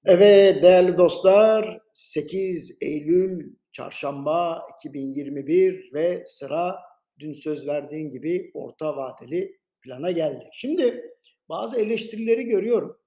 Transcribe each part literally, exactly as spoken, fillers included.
Evet değerli dostlar, sekiz Eylül Çarşamba iki bin yirmi bir ve sıra dün söz verdiğin gibi orta vadeli plana geldi. Şimdi bazı eleştirileri görüyorum.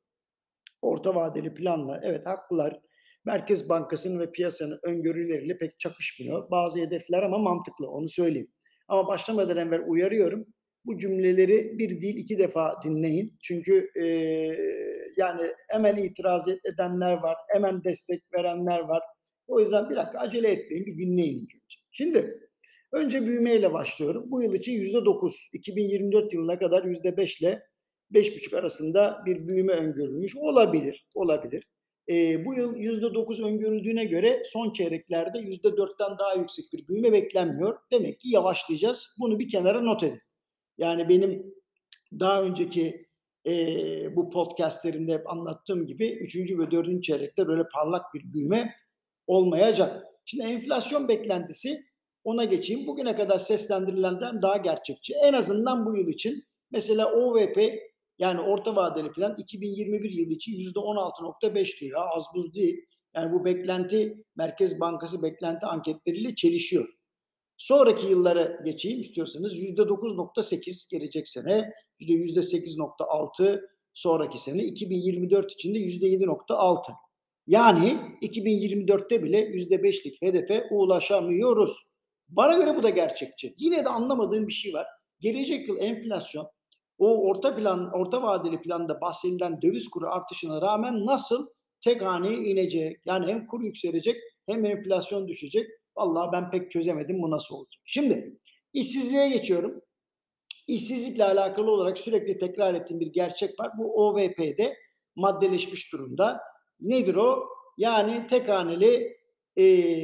Orta vadeli planla evet haklılar. Merkez Bankası'nın ve piyasanın öngörüleriyle pek çakışmıyor. Bazı hedefler ama mantıklı, onu söyleyeyim. Ama başlamadan evvel uyarıyorum. Bu cümleleri bir değil iki defa dinleyin. Çünkü eee, yani hemen itiraz edenler var, hemen destek verenler var. O yüzden bir dakika acele etmeyin, bir dinleyin ilk önce. Şimdi önce büyümeyle başlıyorum. Bu yıl için yüzde dokuz, iki bin yirmi dört yılına kadar yüzde beş ile beş buçuk arasında bir büyüme öngörülmüş. Olabilir, olabilir. Eee, bu yıl yüzde dokuz öngörüldüğüne göre son çeyreklerde yüzde dörtten daha yüksek bir büyüme beklenmiyor. Demek ki yavaşlayacağız. Bunu bir kenara not edin. Yani benim daha önceki eee, bu podcastlerimde hep anlattığım gibi üçüncü ve dördüncü çeyrekte böyle parlak bir büyüme olmayacak. Şimdi enflasyon beklentisi, ona geçeyim. Bugüne kadar seslendirilenden daha gerçekçi. En azından bu yıl için. Mesela O V P, yani orta vadeli plan iki bin yirmi bir yılı için yüzde on altı nokta beş diyor. Az buz değil. Yani bu beklenti Merkez Bankası beklenti anketleriyle çelişiyor. Sonraki yıllara geçeyim istiyorsanız yüzde dokuz nokta sekiz gelecek sene, yüzde sekiz nokta altı sonraki sene, iki bin yirmi dört için de yüzde yedi nokta altı. Yani iki bin yirmi dörtte bile yüzde beşlik hedefe ulaşamıyoruz. Bana göre bu da gerçekçi. Yine de anlamadığım bir şey var. Gelecek yıl enflasyon o orta plan, orta vadeli planda bahsedilen döviz kuru artışına rağmen nasıl tek haneye inecek? Yani hem kur yükselecek hem enflasyon düşecek. Vallahi ben pek çözemedim bu nasıl olacak. Şimdi işsizliğe geçiyorum. İşsizlikle alakalı olarak sürekli tekrar ettiğim bir gerçek var. Bu O V P'de maddeleşmiş durumda. Nedir o? Yani tek haneli e,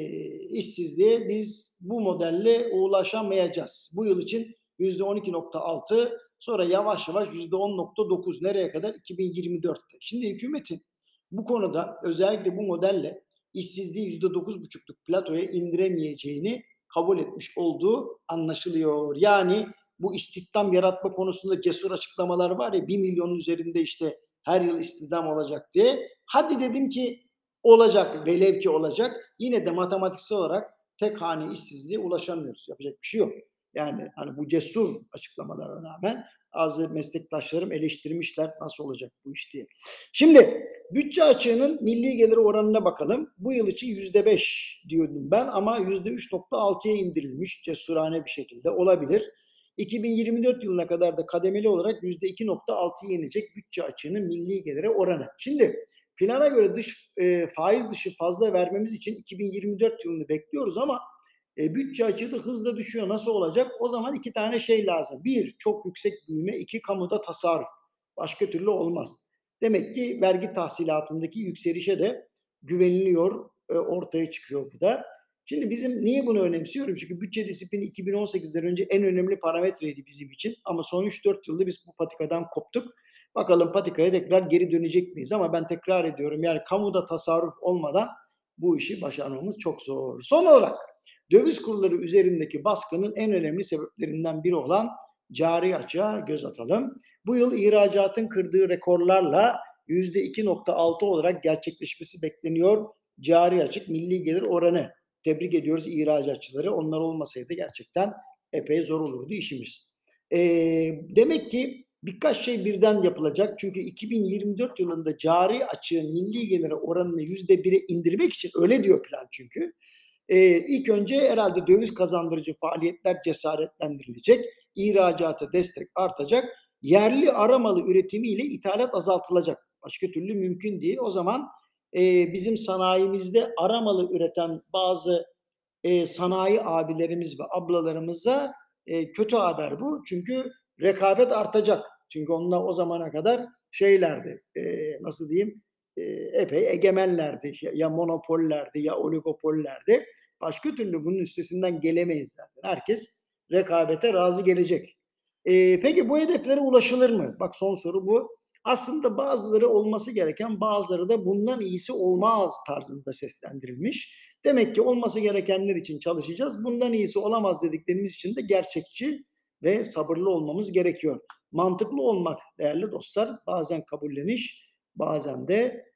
işsizliğe biz bu modelle ulaşamayacağız. Bu yıl için yüzde on iki nokta altı, sonra yavaş yavaş yüzde on nokta dokuz, nereye kadar? iki bin yirmi dörtte. Şimdi hükümetin bu konuda özellikle bu modelle işsizliği yüzde dokuz buçukluk platoya indiremeyeceğini kabul etmiş olduğu anlaşılıyor. Yani bu istihdam yaratma konusunda cesur açıklamalar var ya, bir milyonun üzerinde işte her yıl istihdam olacak diye. Hadi dedim ki olacak, velev ki olacak. Yine de matematiksel olarak tek hane işsizliğe ulaşamıyoruz. Yapacak bir şey yok. Yani hani bu cesur açıklamalara rağmen bazı meslektaşlarım eleştirmişler, nasıl olacak bu iş diye. Şimdi bütçe açığının milli gelir oranına bakalım. Bu yıl için yüzde beş diyordum ben ama yüzde üç nokta altıya indirilmiş cesurane bir şekilde, olabilir. iki bin yirmi dört yılına kadar da kademeli olarak yüzde iki nokta altıya inecek bütçe açığının milli gelire oranı. Şimdi plana göre dış e, faiz dışı fazla vermemiz için iki bin yirmi dört yılını bekliyoruz ama e, bütçe açığı da hızla düşüyor. Nasıl olacak? O zaman iki tane şey lazım. Bir, çok yüksek büyüme. İki, kamuda tasarruf. Başka türlü olmaz. Demek ki vergi tahsilatındaki yükselişe de güveniliyor, e, ortaya çıkıyor bu da. Şimdi bizim niye bunu önemsiyorum? Çünkü bütçe disiplini iki bin on sekizden önce en önemli parametreydi bizim için. Ama son üç dört yılda biz bu patikadan koptuk. Bakalım patikaya tekrar geri dönecek miyiz? Ama ben tekrar ediyorum, yani kamuda tasarruf olmadan bu işi başarmamız çok zor. Son olarak döviz kurları üzerindeki baskının en önemli sebeplerinden biri olan cari açığa göz atalım. Bu yıl ihracatın kırdığı rekorlarla yüzde iki nokta altı olarak gerçekleşmesi bekleniyor cari açık milli gelir oranı. Tebrik ediyoruz ihracatçıları. Onlar olmasaydı gerçekten epey zor olurdu işimiz. E, demek ki birkaç şey birden yapılacak. Çünkü iki bin yirmi dört yılında cari açığın milli gelire oranını yüzde bire indirmek için, öyle diyor plan çünkü. Ee, ilk önce herhalde döviz kazandırıcı faaliyetler cesaretlendirilecek, ihracata destek artacak, yerli aramalı üretimiyle ithalat azaltılacak. Başka türlü mümkün değil. O zaman e, bizim sanayimizde aramalı üreten bazı e, sanayi abilerimiz ve ablalarımıza e, kötü haber bu. Çünkü rekabet artacak. Çünkü onlar o zamana kadar şeylerdi, e, nasıl diyeyim, e, epey egemenlerdi. Ya monopollerdi ya oligopollerdi. Başka türlü bunun üstesinden gelemeyiz zaten. Herkes rekabete razı gelecek. E, peki bu hedeflere ulaşılır mı? Bak, son soru bu. Aslında bazıları olması gereken, bazıları da bundan iyisi olmaz tarzında seslendirilmiş. Demek ki olması gerekenler için çalışacağız. Bundan iyisi olamaz dediklerimiz için de gerçekçi ve sabırlı olmamız gerekiyor. Mantıklı olmak değerli dostlar bazen kabulleniş, bazen de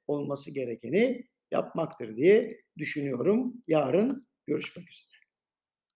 olması gerekeni yapmaktır diye düşünüyorum. Yarın görüşmek üzere.